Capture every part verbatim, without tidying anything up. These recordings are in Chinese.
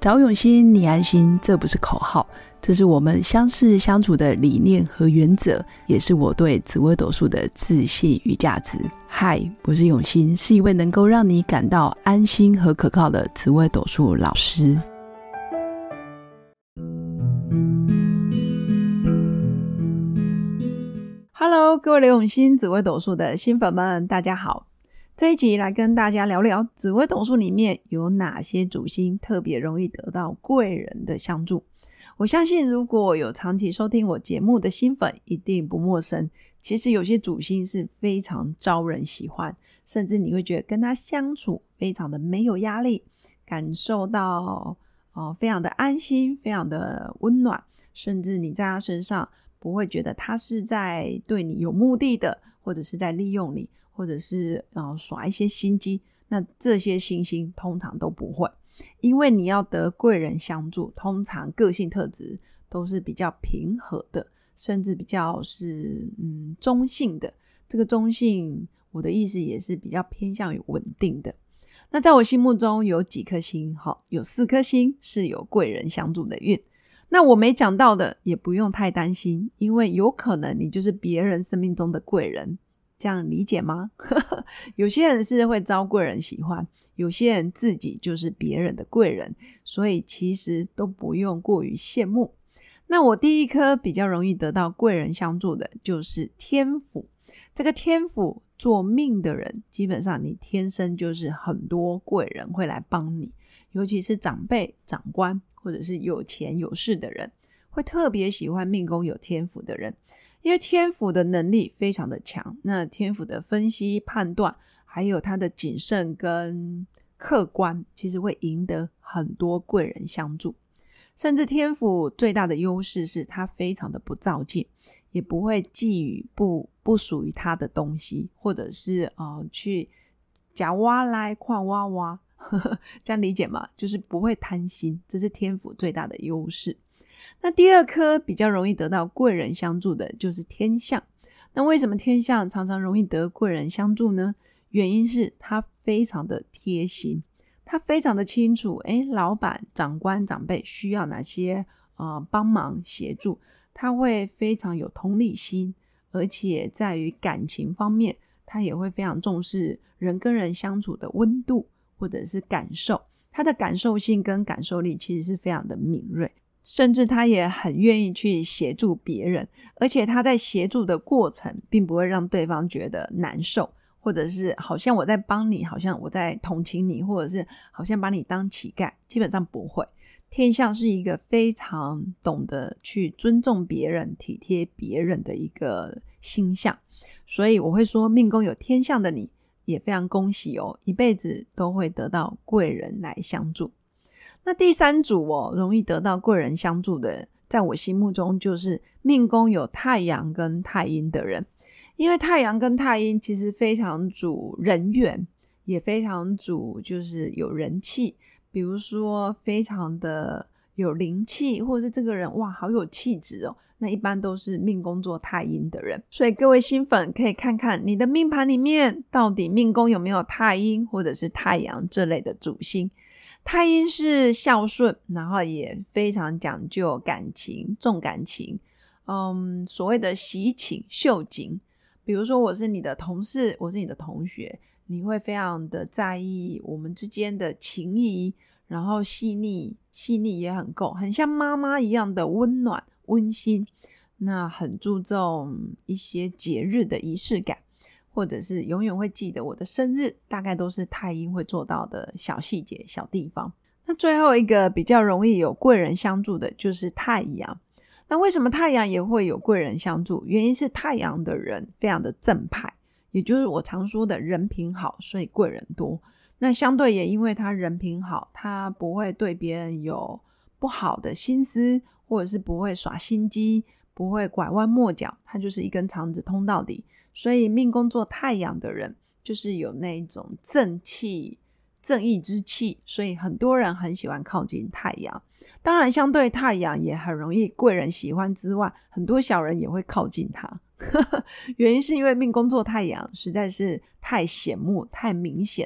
找永新，你安心，这不是口号，这是我们相识相处的理念和原则，也是我对紫微斗数的自信与价值。嗨，我是永新，是一位能够让你感到安心和可靠的紫微斗数老师。Hello， 各位刘永新紫微斗数的新粉们，大家好。这一集来跟大家聊聊紫微斗数里面有哪些主星特别容易得到贵人的相助。我相信如果有长期收听我节目的新粉一定不陌生，其实有些主星是非常招人喜欢，甚至你会觉得跟他相处非常的没有压力，感受到、呃、非常的安心，非常的温暖，甚至你在他身上不会觉得他是在对你有目的的，或者是在利用你，或者是、呃、耍一些心机。那这些星星通常都不会，因为你要得贵人相助，通常个性特质都是比较平和的，甚至比较是嗯中性的。这个中性我的意思也是比较偏向于稳定的。那在我心目中有几颗星，有四颗星是有贵人相助的运。那我没讲到的也不用太担心，因为有可能你就是别人生命中的贵人，这样理解吗？有些人是会招贵人喜欢，有些人自己就是别人的贵人，所以其实都不用过于羡慕。那我第一颗比较容易得到贵人相助的就是天府。这个天府做命的人，基本上你天生就是很多贵人会来帮你，尤其是长辈、长官或者是有钱有势的人，会特别喜欢命宫有天府的人，因为天府的能力非常的强。那天府的分析判断还有他的谨慎跟客观，其实会赢得很多贵人相助。甚至天府最大的优势是他非常的不躁进，也不会觊觎不不属于他的东西，或者是呃去假挖来矿挖挖这样理解吗？就是不会贪心，这是天府最大的优势。那第二颗比较容易得到贵人相助的就是天相。那为什么天相常常容易得贵人相助呢？原因是他非常的贴心，他非常的清楚诶老板、长官、长辈需要哪些呃帮忙协助，他会非常有同理心，而且在于感情方面他也会非常重视人跟人相处的温度或者是感受，他的感受性跟感受力其实是非常的敏锐，甚至他也很愿意去协助别人，而且他在协助的过程并不会让对方觉得难受，或者是好像我在帮你，好像我在同情你，或者是好像把你当乞丐，基本上不会。天相是一个非常懂得去尊重别人、体贴别人的一个星象，所以我会说命宫有天相的你也非常恭喜哦，一辈子都会得到贵人来相助。那第三组哦，容易得到贵人相助的，在我心目中就是命宫有太阳跟太阴的人。因为太阳跟太阴其实非常主人缘，也非常主就是有人气，比如说非常的有灵气，或者是这个人哇好有气质哦，那一般都是命宫做太阴的人。所以各位新粉可以看看你的命盘里面到底命宫有没有太阴或者是太阳这类的主星。太阴是孝顺，然后也非常讲究感情，重感情，嗯，所谓的喜情秀景。比如说我是你的同事，我是你的同学，你会非常的在意我们之间的情谊，然后细腻细腻也很够，很像妈妈一样的温暖温馨。那很注重一些节日的仪式感，或者是永远会记得我的生日，大概都是太阴会做到的小细节小地方。那最后一个比较容易有贵人相助的就是太阳。那为什么太阳也会有贵人相助？原因是太阳的人非常的正派，也就是我常说的人品好，所以贵人多。那相对也因为他人品好，他不会对别人有不好的心思，或者是不会耍心机，不会拐弯抹角，他就是一根肠子通到底。所以命宫做太阳的人就是有那种正气、正义之气，所以很多人很喜欢靠近太阳。当然相对太阳也很容易贵人喜欢之外，很多小人也会靠近他原因是因为命宫做太阳实在是太显目太明显了，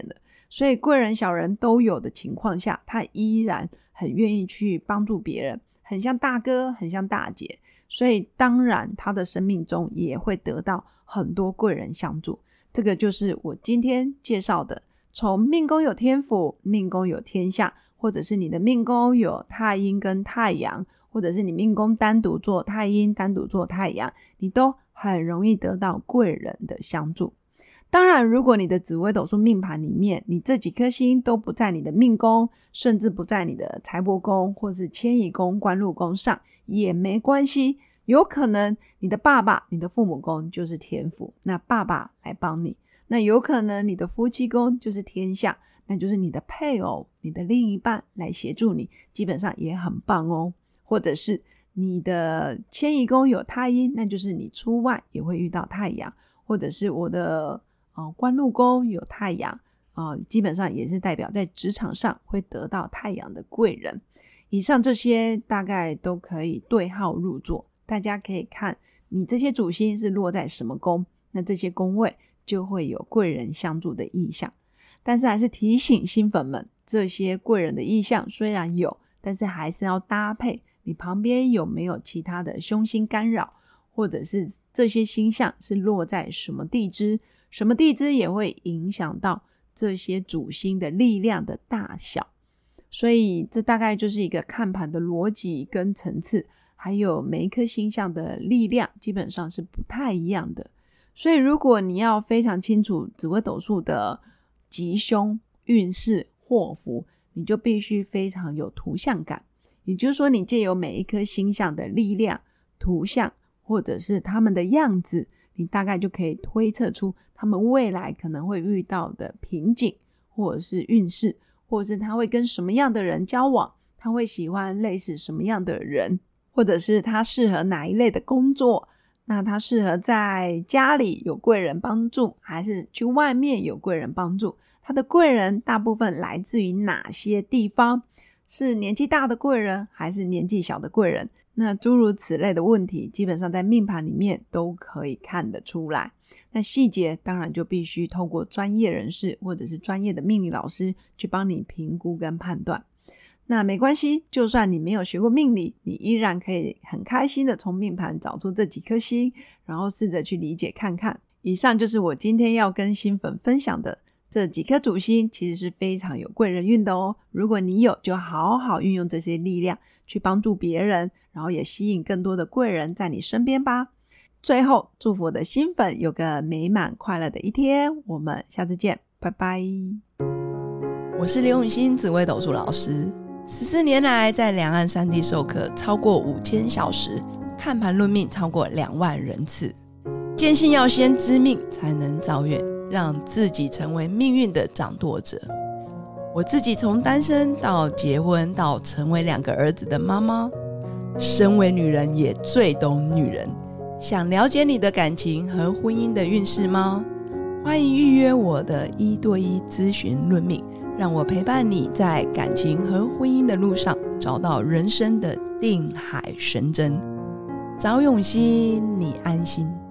所以贵人小人都有的情况下，他依然很愿意去帮助别人，很像大哥，很像大姐，所以当然他的生命中也会得到很多贵人相助。这个就是我今天介绍的，从命宫有天府，命宫有天下，或者是你的命宫有太阴跟太阳，或者是你命宫单独做太阴，单独做太阳，你都很容易得到贵人的相助。当然如果你的紫微斗数命盘里面，你这几颗星都不在你的命宫，甚至不在你的财帛宫或是迁移宫、官禄宫上也没关系，有可能你的爸爸、你的父母宫就是天府，那爸爸来帮你，那有可能你的夫妻宫就是天下，那就是你的配偶、你的另一半来协助你，基本上也很棒哦。或者是你的迁移宫有太阴，那就是你出外也会遇到太阳，或者是我的呃官禄宫有太阳，呃基本上也是代表在职场上会得到太阳的贵人。以上这些大概都可以对号入座，大家可以看你这些主星是落在什么宫，那这些宫位就会有贵人相助的意象。但是还是提醒新粉们，这些贵人的意象虽然有，但是还是要搭配你旁边有没有其他的凶星干扰，或者是这些星象是落在什么地支，什么地支也会影响到这些主星的力量的大小。所以这大概就是一个看盘的逻辑跟层次，还有每一颗星象的力量基本上是不太一样的。所以如果你要非常清楚紫微斗数的吉凶、运势、祸福，你就必须非常有图像感，也就是说你借由每一颗星象的力量、图像或者是他们的样子，你大概就可以推测出他们未来可能会遇到的瓶颈，或者是运势，或者是他会跟什么样的人交往，他会喜欢类似什么样的人，或者是他适合哪一类的工作，那他适合在家里有贵人帮助，还是去外面有贵人帮助，他的贵人大部分来自于哪些地方，是年纪大的贵人还是年纪小的贵人，那诸如此类的问题基本上在命盘里面都可以看得出来。那细节当然就必须透过专业人士或者是专业的命理老师去帮你评估跟判断。那没关系，就算你没有学过命理，你依然可以很开心的从命盘找出这几颗星，然后试着去理解看看。以上就是我今天要跟新粉分享的，这几颗主星其实是非常有贵人运的哦。如果你有，就好好运用这些力量去帮助别人，然后也吸引更多的贵人在你身边吧。最后祝福我的新粉有个美满快乐的一天，我们下次见，拜拜。我是刘永新紫微斗数老师，十四年来在两岸三地授课超过五千小时，看盘论命超过两万人次，坚信要先知命才能造运，让自己成为命运的掌舵者。我自己从单身到结婚到成为两个儿子的妈妈，身为女人也最懂女人。想了解你的感情和婚姻的运势吗？欢迎预约我的一对一咨询论命，让我陪伴你在感情和婚姻的路上找到人生的定海神针。找永熙，你安心。